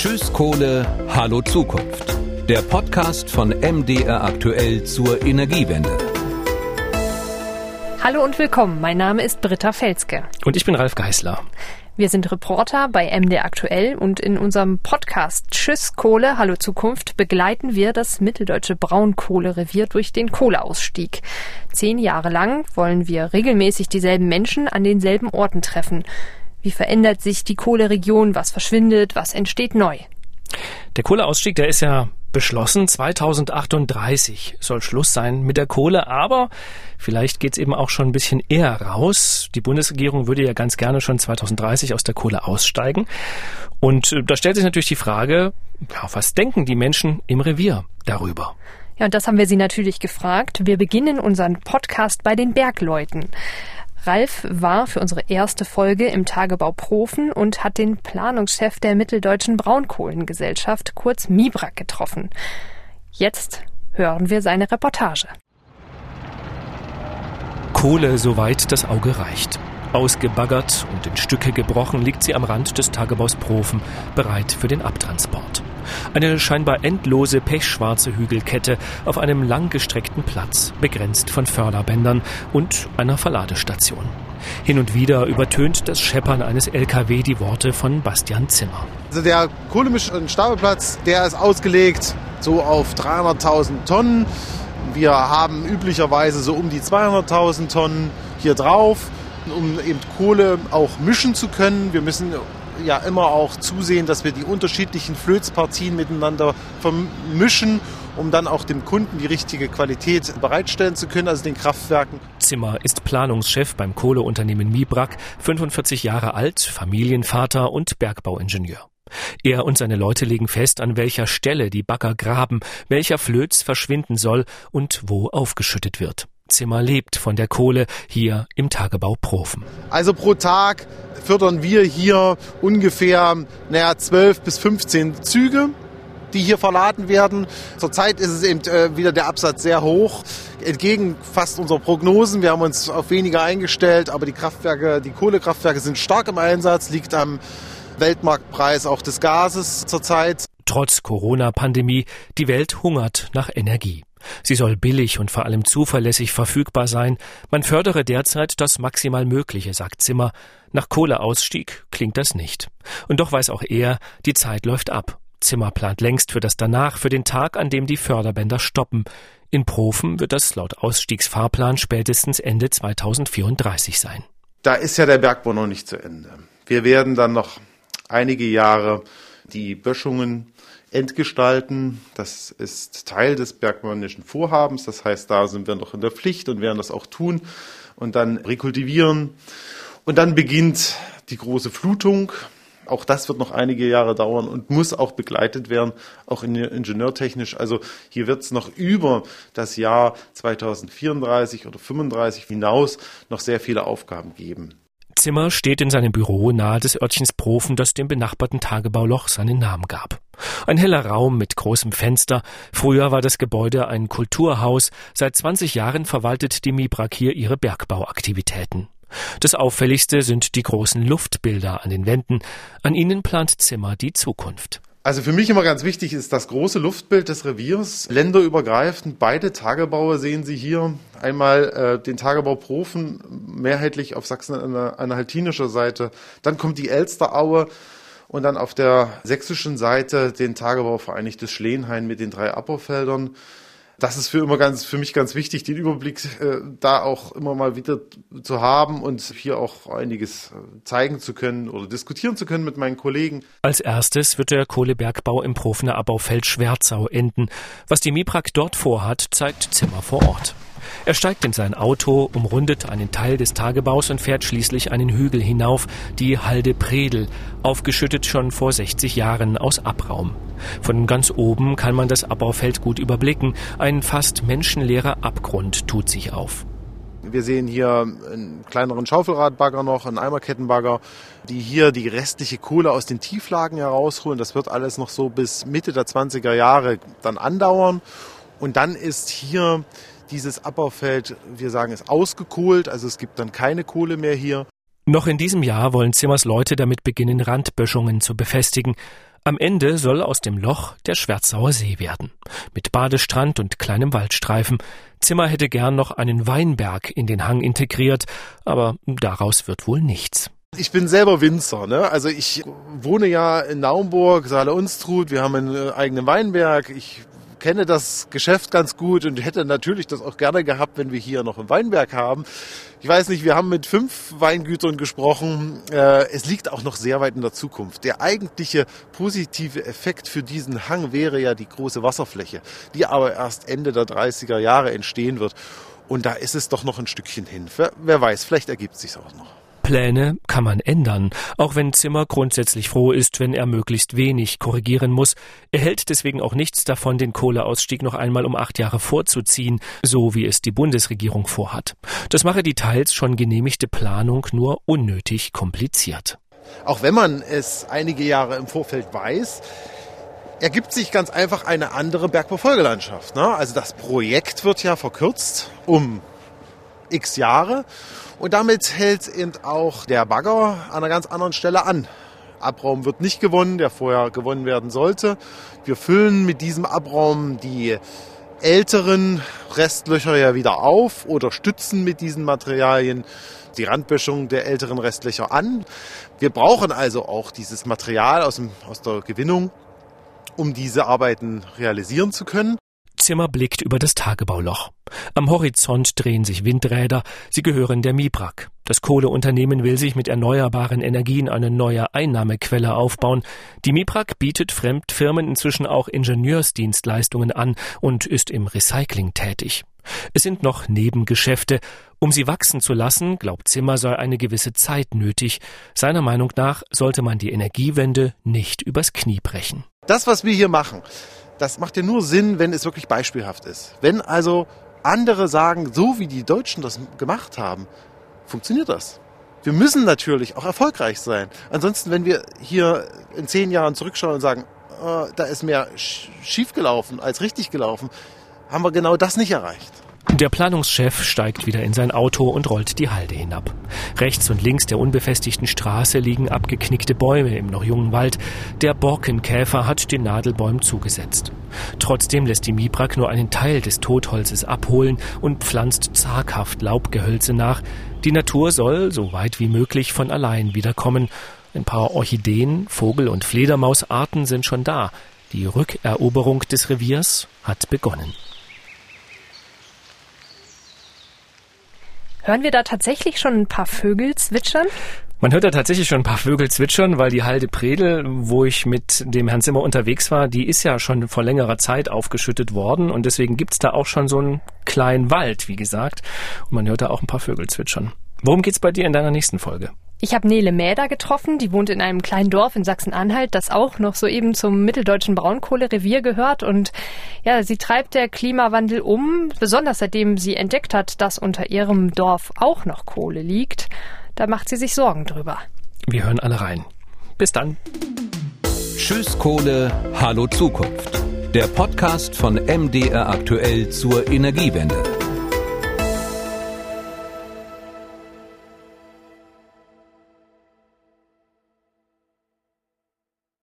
Tschüss Kohle, hallo Zukunft. Der Podcast von MDR aktuell zur Energiewende. Hallo und willkommen, mein Name ist Britta Felske. Und ich bin Ralf Geißler. Wir sind Reporter bei MDR aktuell und in unserem Podcast Tschüss Kohle, hallo Zukunft begleiten wir das mitteldeutsche Braunkohlerevier durch den Kohleausstieg. 10 Jahre lang wollen wir regelmäßig dieselben Menschen an denselben Orten treffen. Wie verändert sich die Kohleregion, was verschwindet, was entsteht neu? Der Kohleausstieg, der ist ja beschlossen. 2038 soll Schluss sein mit der Kohle, aber vielleicht geht's eben auch schon ein bisschen eher raus. Die Bundesregierung würde ja ganz gerne schon 2030 aus der Kohle aussteigen. Und da stellt sich natürlich die Frage, ja, was denken die Menschen im Revier darüber? Ja, und das haben wir Sie natürlich gefragt. Wir beginnen unseren Podcast bei den Bergleuten. Ralf war für unsere erste Folge im Tagebau Profen und hat den Planungschef der Mitteldeutschen Braunkohlengesellschaft, kurz MIBRAG, getroffen. Jetzt hören wir seine Reportage. Kohle, soweit das Auge reicht. Ausgebaggert und in Stücke gebrochen liegt sie am Rand des Tagebaus Profen, bereit für den Abtransport. Eine scheinbar endlose pechschwarze Hügelkette auf einem langgestreckten Platz, begrenzt von Förderbändern und einer Verladestation. Hin und wieder übertönt das Scheppern eines LKW die Worte von Bastian Zimmer. Also der Kohlemisch- und Stapelplatz, der ist ausgelegt so auf 300.000 Tonnen. Wir haben üblicherweise so um die 200.000 Tonnen hier drauf, um eben Kohle auch mischen zu können. Wir müssen ja immer auch zusehen, dass wir die unterschiedlichen Flözpartien miteinander vermischen, um dann auch dem Kunden die richtige Qualität bereitstellen zu können, also den Kraftwerken. Zimmer ist Planungschef beim Kohleunternehmen MIBRAG, 45 Jahre alt, Familienvater und Bergbauingenieur. Er und seine Leute legen fest, an welcher Stelle die Bagger graben, welcher Flöz verschwinden soll und wo aufgeschüttet wird. Zimmer lebt von der Kohle hier im Tagebau Profen. Also pro Tag fördern wir hier ungefähr 12 bis 15 Züge, die hier verladen werden. Zurzeit ist es eben wieder der Absatz sehr hoch, entgegen fast unserer Prognosen. Wir haben uns auf weniger eingestellt, aber die Kohlekraftwerke sind stark im Einsatz, liegt am Weltmarktpreis auch des Gases zurzeit. Trotz Corona-Pandemie, die Welt hungert nach Energie. Sie soll billig und vor allem zuverlässig verfügbar sein. Man fördere derzeit das maximal Mögliche, sagt Zimmer. Nach Kohleausstieg klingt das nicht. Und doch weiß auch er, die Zeit läuft ab. Zimmer plant längst für das Danach, für den Tag, an dem die Förderbänder stoppen. In Profen wird das laut Ausstiegsfahrplan spätestens Ende 2034 sein. Da ist ja der Bergbau noch nicht zu Ende. Wir werden dann noch einige Jahre die Böschungen entgestalten. Das ist Teil des bergmännischen Vorhabens. Das heißt, da sind wir noch in der Pflicht und werden das auch tun und dann rekultivieren. Und dann beginnt die große Flutung. Auch das wird noch einige Jahre dauern und muss auch begleitet werden, auch ingenieurtechnisch. Also hier wird es noch über das Jahr 2034 oder 2035 hinaus noch sehr viele Aufgaben geben. Zimmer steht in seinem Büro nahe des Örtchens Profen, das dem benachbarten Tagebauluch seinen Namen gab. Ein heller Raum mit großem Fenster. Früher war das Gebäude ein Kulturhaus. Seit 20 Jahren verwaltet die MIBRAG hier ihre Bergbauaktivitäten. Das Auffälligste sind die großen Luftbilder an den Wänden. An ihnen plant Zimmer die Zukunft. Also für mich immer ganz wichtig ist das große Luftbild des Reviers. Länderübergreifend, beide Tagebaue sehen Sie hier. Einmal den Tagebau Profen, mehrheitlich auf sachsen-anhaltinischer Seite. Dann kommt die Elsteraue und dann auf der sächsischen Seite den Tagebau Vereinigtes Schleenhain mit den 3 Abbaufeldern. Das ist für mich ganz wichtig, den Überblick da auch immer mal wieder zu haben und hier auch einiges zeigen zu können oder diskutieren zu können mit meinen Kollegen. Als erstes wird der Kohlebergbau im Profener Abbaufeld Schwerzau enden. Was die MIBRAG dort vorhat, zeigt Zimmer vor Ort. Er steigt in sein Auto, umrundet einen Teil des Tagebaus und fährt schließlich einen Hügel hinauf, die Halde Predel, aufgeschüttet schon vor 60 Jahren aus Abraum. Von ganz oben kann man das Abbaufeld gut überblicken. Ein fast menschenleerer Abgrund tut sich auf. Wir sehen hier einen kleineren Schaufelradbagger noch, einen Eimerkettenbagger, die hier die restliche Kohle aus den Tieflagen herausholen. Das wird alles noch so bis Mitte der 20er Jahre dann andauern. Und dann ist hier dieses Abbaufeld, wir sagen es, ausgekohlt. Also es gibt dann keine Kohle mehr hier. Noch in diesem Jahr wollen Zimmers Leute damit beginnen, Randböschungen zu befestigen. Am Ende soll aus dem Loch der Schwerzauer See werden. Mit Badestrand und kleinem Waldstreifen. Zimmer hätte gern noch einen Weinberg in den Hang integriert, aber daraus wird wohl nichts. Ich bin selber Winzer, ne? Also ich wohne ja in Naumburg, Saale-Unstrut, wir haben einen eigenen Weinberg. Ich kenne das Geschäft ganz gut und hätte natürlich das auch gerne gehabt, wenn wir hier noch einen Weinberg haben. Ich weiß nicht, wir haben mit 5 Weingütern gesprochen. Es liegt auch noch sehr weit in der Zukunft. Der eigentliche positive Effekt für diesen Hang wäre ja die große Wasserfläche, die aber erst Ende der 30er Jahre entstehen wird. Und da ist es doch noch ein Stückchen hin. Wer weiß, vielleicht ergibt es sich auch noch. Pläne kann man ändern, auch wenn Zimmer grundsätzlich froh ist, wenn er möglichst wenig korrigieren muss. Er hält deswegen auch nichts davon, den Kohleausstieg noch einmal um 8 Jahre vorzuziehen, so wie es die Bundesregierung vorhat. Das mache die teils schon genehmigte Planung nur unnötig kompliziert. Auch wenn man es einige Jahre im Vorfeld weiß, ergibt sich ganz einfach eine andere Bergbaufolgelandschaft, ne? Also das Projekt wird ja verkürzt um x Jahre. Und damit hält eben auch der Bagger an einer ganz anderen Stelle an. Abraum wird nicht gewonnen, der vorher gewonnen werden sollte. Wir füllen mit diesem Abraum die älteren Restlöcher ja wieder auf oder stützen mit diesen Materialien die Randböschung der älteren Restlöcher an. Wir brauchen also auch dieses Material aus der Gewinnung, um diese Arbeiten realisieren zu können. Zimmer blickt über das Tagebauloch. Am Horizont drehen sich Windräder, sie gehören der MIBRAG. Das Kohleunternehmen will sich mit erneuerbaren Energien eine neue Einnahmequelle aufbauen. Die MIBRAG bietet Fremdfirmen inzwischen auch Ingenieursdienstleistungen an und ist im Recycling tätig. Es sind noch Nebengeschäfte. Um sie wachsen zu lassen, glaubt Zimmer, sei eine gewisse Zeit nötig. Seiner Meinung nach sollte man die Energiewende nicht übers Knie brechen. Das, was wir hier machen, das macht ja nur Sinn, wenn es wirklich beispielhaft ist. Wenn also andere sagen, so wie die Deutschen das gemacht haben, funktioniert das. Wir müssen natürlich auch erfolgreich sein. Ansonsten, wenn wir hier in 10 Jahren zurückschauen und sagen, da ist mehr schief gelaufen als richtig gelaufen, haben wir genau das nicht erreicht. Der Planungschef steigt wieder in sein Auto und rollt die Halde hinab. Rechts und links der unbefestigten Straße liegen abgeknickte Bäume im noch jungen Wald. Der Borkenkäfer hat den Nadelbäumen zugesetzt. Trotzdem lässt die MIBRAG nur einen Teil des Totholzes abholen und pflanzt zaghaft Laubgehölze nach. Die Natur soll, so weit wie möglich, von allein wiederkommen. Ein paar Orchideen, Vogel- und Fledermausarten sind schon da. Die Rückeroberung des Reviers hat begonnen. Hören wir da tatsächlich schon ein paar Vögel zwitschern? Man hört da tatsächlich schon ein paar Vögel zwitschern, weil die Halde Predel, wo ich mit dem Herrn Zimmer unterwegs war, die ist ja schon vor längerer Zeit aufgeschüttet worden und deswegen gibt's da auch schon so einen kleinen Wald, wie gesagt. Und man hört da auch ein paar Vögel zwitschern. Worum geht's bei dir in deiner nächsten Folge? Ich habe Nele Mäder getroffen, die wohnt in einem kleinen Dorf in Sachsen-Anhalt, das auch noch soeben zum mitteldeutschen Braunkohlerevier gehört. Und ja, sie treibt der Klimawandel um, besonders seitdem sie entdeckt hat, dass unter ihrem Dorf auch noch Kohle liegt. Da macht sie sich Sorgen drüber. Wir hören alle rein. Bis dann. Tschüss Kohle, hallo Zukunft. Der Podcast von MDR aktuell zur Energiewende.